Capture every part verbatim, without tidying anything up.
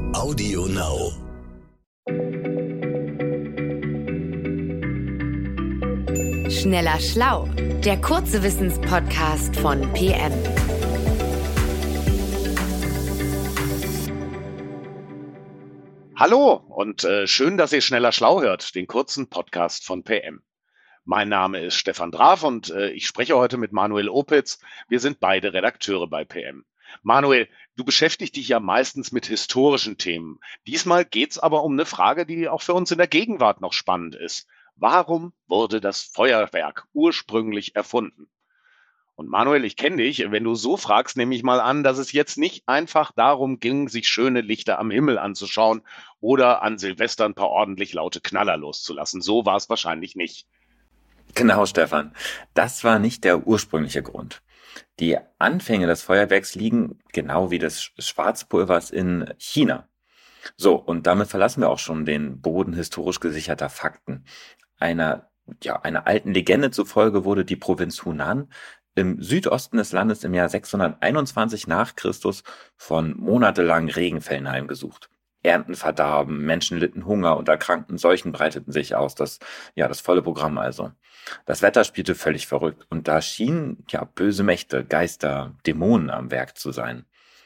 Audio Now. Schneller Schlau, der kurze Wissenspodcast von P M. Hallo und äh, schön, dass ihr Schneller Schlau hört, den kurzen Podcast von P M. Mein Name ist Stefan Draf und äh, ich spreche heute mit Manuel Opitz. Wir sind beide Redakteure bei P M. Manuel, du beschäftigst dich ja meistens mit historischen Themen. Diesmal geht's aber um eine Frage, die auch für uns in der Gegenwart noch spannend ist. Warum wurde das Feuerwerk ursprünglich erfunden? Und Manuel, ich kenne dich, wenn du so fragst, nehme ich mal an, dass es jetzt nicht einfach darum ging, sich schöne Lichter am Himmel anzuschauen oder an Silvester ein paar ordentlich laute Knaller loszulassen. So war es wahrscheinlich nicht. Genau, Stefan. Das war nicht der ursprüngliche Grund. Die Anfänge des Feuerwerks liegen, genau wie des Schwarzpulvers, in China. So, und damit verlassen wir auch schon den Boden historisch gesicherter Fakten. Einer, ja, einer alten Legende zufolge wurde die Provinz Hunan im Südosten des Landes im Jahr sechshunderteinundzwanzig nach Christus von monatelangen Regenfällen heimgesucht. Ernten verdarben, Menschen litten Hunger und erkrankten Seuchen breiteten sich aus. Das, ja, das volle Programm also. Das Wetter spielte völlig verrückt und da schienen ja böse Mächte, Geister, Dämonen am Werk zu sein.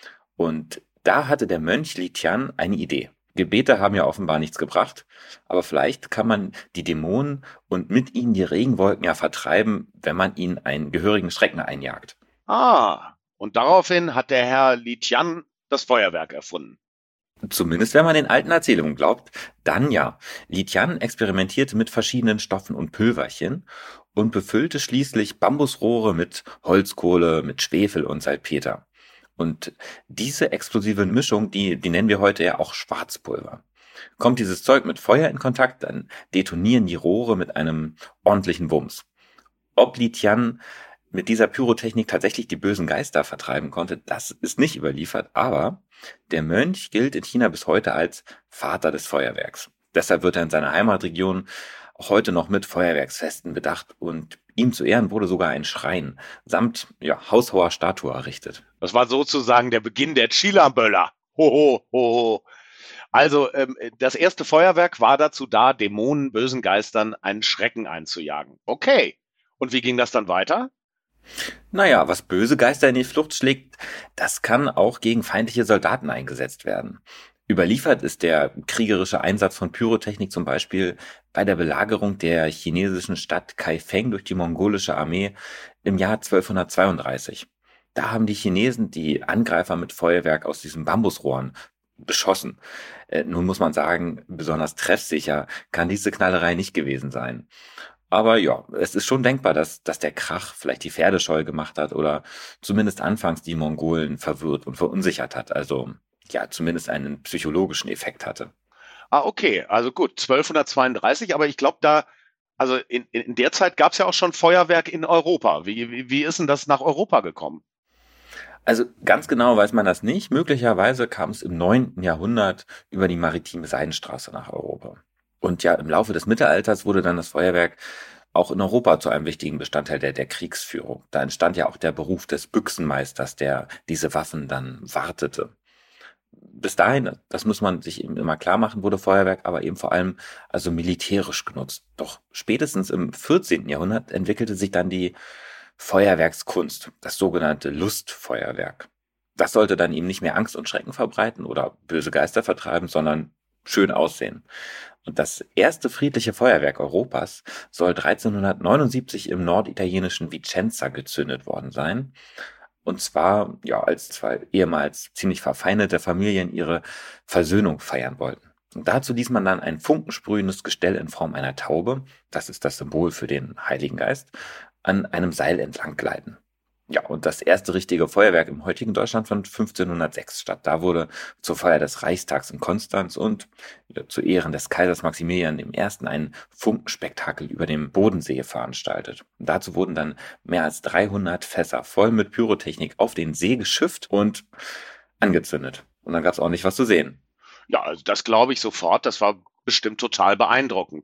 Und da hatte der Mönch Li Tian eine Idee. Gebete haben ja offenbar nichts gebracht, aber vielleicht kann man die Dämonen und mit ihnen die Regenwolken ja vertreiben, wenn man ihnen einen gehörigen Schrecken einjagt. Ah, und daraufhin hat der Herr Li Tian das Feuerwerk erfunden. Zumindest wenn man den alten Erzählungen glaubt, dann ja. Li Tian experimentierte mit verschiedenen Stoffen und Pülverchen und befüllte schließlich Bambusrohre mit Holzkohle, mit Schwefel und Salpeter. Und diese explosive Mischung, die, die nennen wir heute ja auch Schwarzpulver. Kommt dieses Zeug mit Feuer in Kontakt, dann detonieren die Rohre mit einem ordentlichen Wumms. Ob Li Tian mit dieser Pyrotechnik tatsächlich die bösen Geister vertreiben konnte, das ist nicht überliefert, aber der Mönch gilt in China bis heute als Vater des Feuerwerks. Deshalb wird er in seiner Heimatregion auch heute noch mit Feuerwerksfesten bedacht und ihm zu Ehren wurde sogar ein Schrein samt ja, haushoher Statue errichtet. Das war sozusagen der Beginn der Chilaböller. Hoho, hoho. Also ähm, das erste Feuerwerk war dazu da, Dämonen, bösen Geistern einen Schrecken einzujagen. Okay. Und wie ging das dann weiter? Naja, was böse Geister in die Flucht schlägt, das kann auch gegen feindliche Soldaten eingesetzt werden. Überliefert ist der kriegerische Einsatz von Pyrotechnik zum Beispiel bei der Belagerung der chinesischen Stadt Kaifeng durch die mongolische Armee im Jahr zwölfhundertzweiunddreißig. Da haben die Chinesen die Angreifer mit Feuerwerk aus diesen Bambusrohren beschossen. Äh, nun muss man sagen, besonders treffsicher kann diese Knallerei nicht gewesen sein. Aber ja, es ist schon denkbar, dass, dass der Krach vielleicht die Pferde scheu gemacht hat oder zumindest anfangs die Mongolen verwirrt und verunsichert hat. Also ja, zumindest einen psychologischen Effekt hatte. Ah, okay, also gut, zwölfhundertzweiunddreißig, aber ich glaube da, also in, in der Zeit gab es ja auch schon Feuerwerk in Europa. Wie, wie, wie ist denn das nach Europa gekommen? Also ganz genau weiß man das nicht. Möglicherweise kam es im neunten Jahrhundert über die maritime Seidenstraße nach Europa. Und ja, im Laufe des Mittelalters wurde dann das Feuerwerk auch in Europa zu einem wichtigen Bestandteil der, der Kriegsführung. Da entstand ja auch der Beruf des Büchsenmeisters, der diese Waffen dann wartete. Bis dahin, das muss man sich eben immer klar machen, wurde Feuerwerk aber eben vor allem also militärisch genutzt. Doch spätestens im vierzehnten Jahrhundert entwickelte sich dann die Feuerwerkskunst, das sogenannte Lustfeuerwerk. Das sollte dann eben nicht mehr Angst und Schrecken verbreiten oder böse Geister vertreiben, sondern schön aussehen. Und das erste friedliche Feuerwerk Europas soll dreizehnhundertneunundsiebzig im norditalienischen Vicenza gezündet worden sein. Und zwar, ja, als zwei ehemals ziemlich verfeindete Familien ihre Versöhnung feiern wollten. Und dazu ließ man dann ein funkensprühendes Gestell in Form einer Taube, das ist das Symbol für den Heiligen Geist, an einem Seil entlang gleiten. Ja, und das erste richtige Feuerwerk im heutigen Deutschland fand fünfzehnhundertsechs statt. Da wurde zur Feier des Reichstags in Konstanz und ja, zu Ehren des Kaisers Maximilian I. ein Funkenspektakel über dem Bodensee veranstaltet. Und dazu wurden dann mehr als dreihundert Fässer voll mit Pyrotechnik auf den See geschifft und angezündet. Und dann gab es auch nicht was zu sehen. Ja, also das glaube ich sofort. Das war bestimmt total beeindruckend.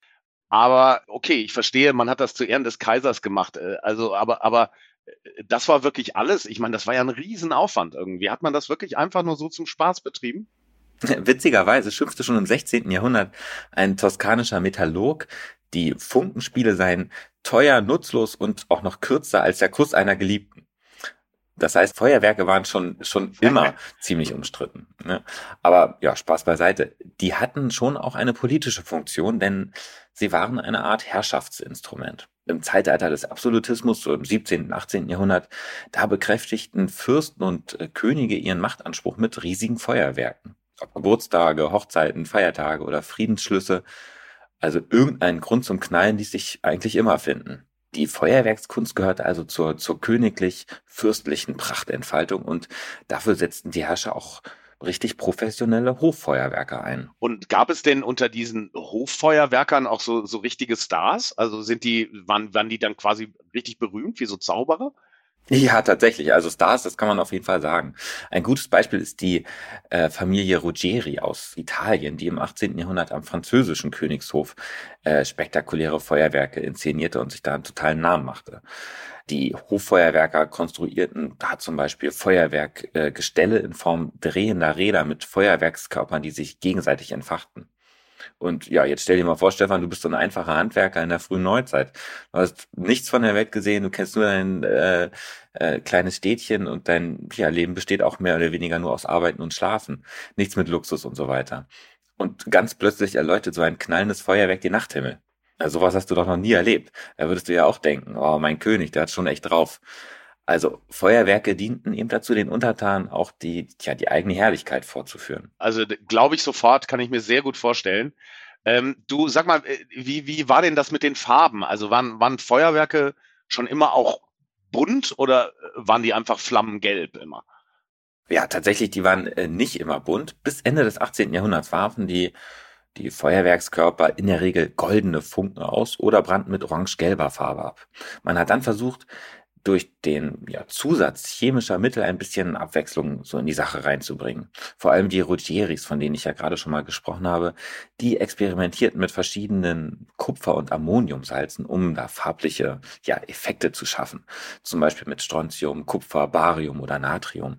Aber okay, ich verstehe, man hat das zu Ehren des Kaisers gemacht. äh, Also, aber, aber äh, das war wirklich alles. Ich meine, das war ja ein Riesenaufwand irgendwie. Hat man das wirklich einfach nur so zum Spaß betrieben? Witzigerweise schimpfte schon im sechzehnten Jahrhundert ein toskanischer Metallurg, die Funkenspiele seien teuer, nutzlos und auch noch kürzer als der Kuss einer Geliebten. Das heißt, Feuerwerke waren schon schon immer ziemlich umstritten. Ne? Aber ja, Spaß beiseite. Die hatten schon auch eine politische Funktion, denn sie waren eine Art Herrschaftsinstrument. Im Zeitalter des Absolutismus, so im siebzehnten, achtzehnten Jahrhundert, da bekräftigten Fürsten und äh, Könige ihren Machtanspruch mit riesigen Feuerwerken. Ob Geburtstage, Hochzeiten, Feiertage oder Friedensschlüsse. Also irgendeinen Grund zum Knallen ließ sich eigentlich immer finden. Die Feuerwerkskunst gehörte also zur, zur königlich-fürstlichen Prachtentfaltung und dafür setzten die Herrscher auch richtig professionelle Hoffeuerwerker ein. Und gab es denn unter diesen Hoffeuerwerkern auch so, so richtige Stars? Also sind die, waren, waren die dann quasi richtig berühmt, wie so Zauberer? Ja, tatsächlich. Also Stars, das kann man auf jeden Fall sagen. Ein gutes Beispiel ist die äh, Familie Ruggieri aus Italien, die im achtzehnten Jahrhundert am französischen Königshof äh, spektakuläre Feuerwerke inszenierte und sich da einen totalen Namen machte. Die Hoffeuerwerker konstruierten da zum Beispiel Feuerwerkgestelle äh, in Form drehender Räder mit Feuerwerkskörpern, die sich gegenseitig entfachten. Und ja, jetzt stell dir mal vor, Stefan, du bist so ein einfacher Handwerker in der frühen Neuzeit. Du hast nichts von der Welt gesehen, du kennst nur dein äh, äh, kleines Städtchen und dein ja, Leben besteht auch mehr oder weniger nur aus Arbeiten und Schlafen. Nichts mit Luxus und so weiter. Und ganz plötzlich erleuchtet so ein knallendes Feuerwerk den Nachthimmel. Also sowas hast du doch noch nie erlebt. Da würdest du ja auch denken, oh, mein König, der hat schon echt drauf. Also Feuerwerke dienten eben dazu, den Untertanen auch die, ja, die eigene Herrlichkeit vorzuführen. Also glaube ich sofort, kann ich mir sehr gut vorstellen. Ähm, du, sag mal, wie, wie war denn das mit den Farben? Also waren, waren Feuerwerke schon immer auch bunt oder waren die einfach flammengelb immer? Ja, tatsächlich, die waren äh, nicht immer bunt. Bis Ende des achtzehnten Jahrhunderts warfen die, die Feuerwerkskörper in der Regel goldene Funken aus oder brannten mit orange-gelber Farbe ab. Man hat dann versucht, durch den ja, Zusatz chemischer Mittel ein bisschen Abwechslung so in die Sache reinzubringen. Vor allem die Ruggieris, von denen ich ja gerade schon mal gesprochen habe, die experimentierten mit verschiedenen Kupfer- und Ammoniumsalzen, um da farbliche ja, Effekte zu schaffen. Zum Beispiel mit Strontium, Kupfer, Barium oder Natrium.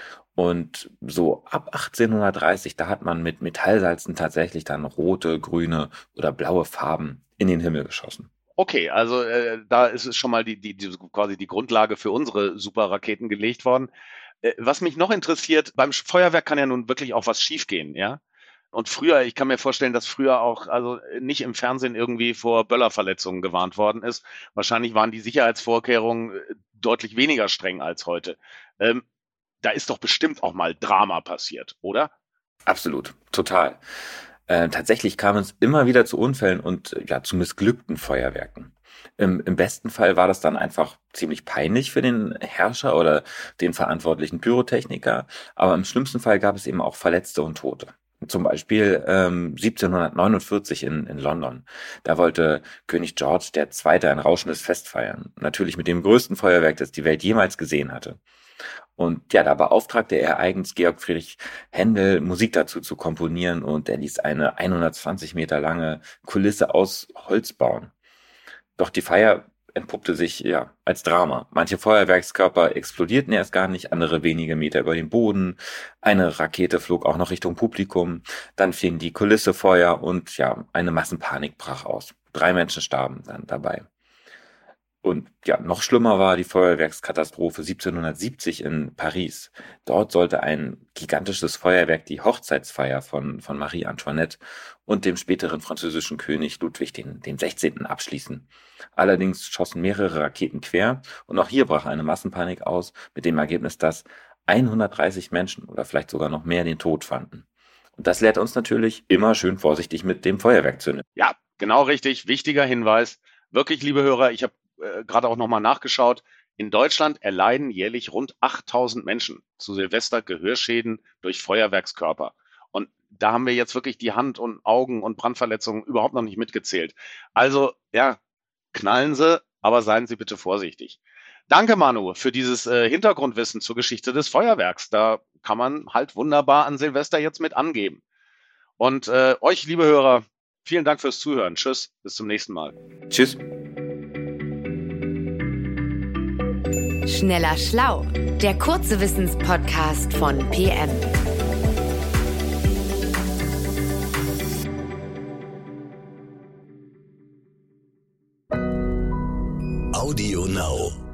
Und so ab achtzehnhundertdreißig, da hat man mit Metallsalzen tatsächlich dann rote, grüne oder blaue Farben in den Himmel geschossen. Okay, also äh, da ist es schon mal die, die, die quasi die Grundlage für unsere Superraketen gelegt worden. Äh, was mich noch interessiert, beim Feuerwerk kann ja nun wirklich auch was schiefgehen, ja? Und früher, ich kann mir vorstellen, dass früher auch also nicht im Fernsehen irgendwie vor Böllerverletzungen gewarnt worden ist. Wahrscheinlich waren die Sicherheitsvorkehrungen äh, deutlich weniger streng als heute. Ähm, da ist doch bestimmt auch mal Drama passiert, oder? Absolut, total. Äh, tatsächlich kam es immer wieder zu Unfällen und ja zu missglückten Feuerwerken. Im, Im besten Fall war das dann einfach ziemlich peinlich für den Herrscher oder den verantwortlichen Pyrotechniker, aber im schlimmsten Fall gab es eben auch Verletzte und Tote. Zum Beispiel ähm, siebzehnhundertneunundvierzig in, in London. Da wollte König George der Zweite ein rauschendes Fest feiern. Natürlich mit dem größten Feuerwerk, das die Welt jemals gesehen hatte. Und ja, da beauftragte er eigens Georg Friedrich Händel, Musik dazu zu komponieren und er ließ eine hundertzwanzig Meter lange Kulisse aus Holz bauen. Doch die Feier entpuppte sich ja als Drama. Manche Feuerwerkskörper explodierten erst gar nicht, andere wenige Meter über dem Boden. Eine Rakete flog auch noch Richtung Publikum. Dann fing die Kulisse Feuer und ja, eine Massenpanik brach aus. Drei Menschen starben dann dabei. Und ja, noch schlimmer war die Feuerwerkskatastrophe siebzehnhundertsiebzig in Paris. Dort sollte ein gigantisches Feuerwerk die Hochzeitsfeier von, von Marie Antoinette und dem späteren französischen König Ludwig den, den sechzehnten abschließen. Allerdings schossen mehrere Raketen quer und auch hier brach eine Massenpanik aus, mit dem Ergebnis, dass hundertdreißig Menschen oder vielleicht sogar noch mehr den Tod fanden. Und das lehrt uns natürlich, immer schön vorsichtig mit dem Feuerwerk zu zünden. Ja, genau richtig. Wichtiger Hinweis. Wirklich, liebe Hörer, ich habe äh, gerade auch nochmal nachgeschaut. In Deutschland erleiden jährlich rund achttausend Menschen zu Silvester Gehörschäden durch Feuerwerkskörper. Und da haben wir jetzt wirklich die Hand- und Augen- und Brandverletzungen überhaupt noch nicht mitgezählt. Also, ja, knallen Sie, aber seien Sie bitte vorsichtig. Danke, Manu, für dieses äh, Hintergrundwissen zur Geschichte des Feuerwerks. Da kann man halt wunderbar an Silvester jetzt mit angeben. Und äh, euch, liebe Hörer, vielen Dank fürs Zuhören. Tschüss, bis zum nächsten Mal. Tschüss. Schneller Schlau, der kurze Wissenspodcast von P M. Audio Now.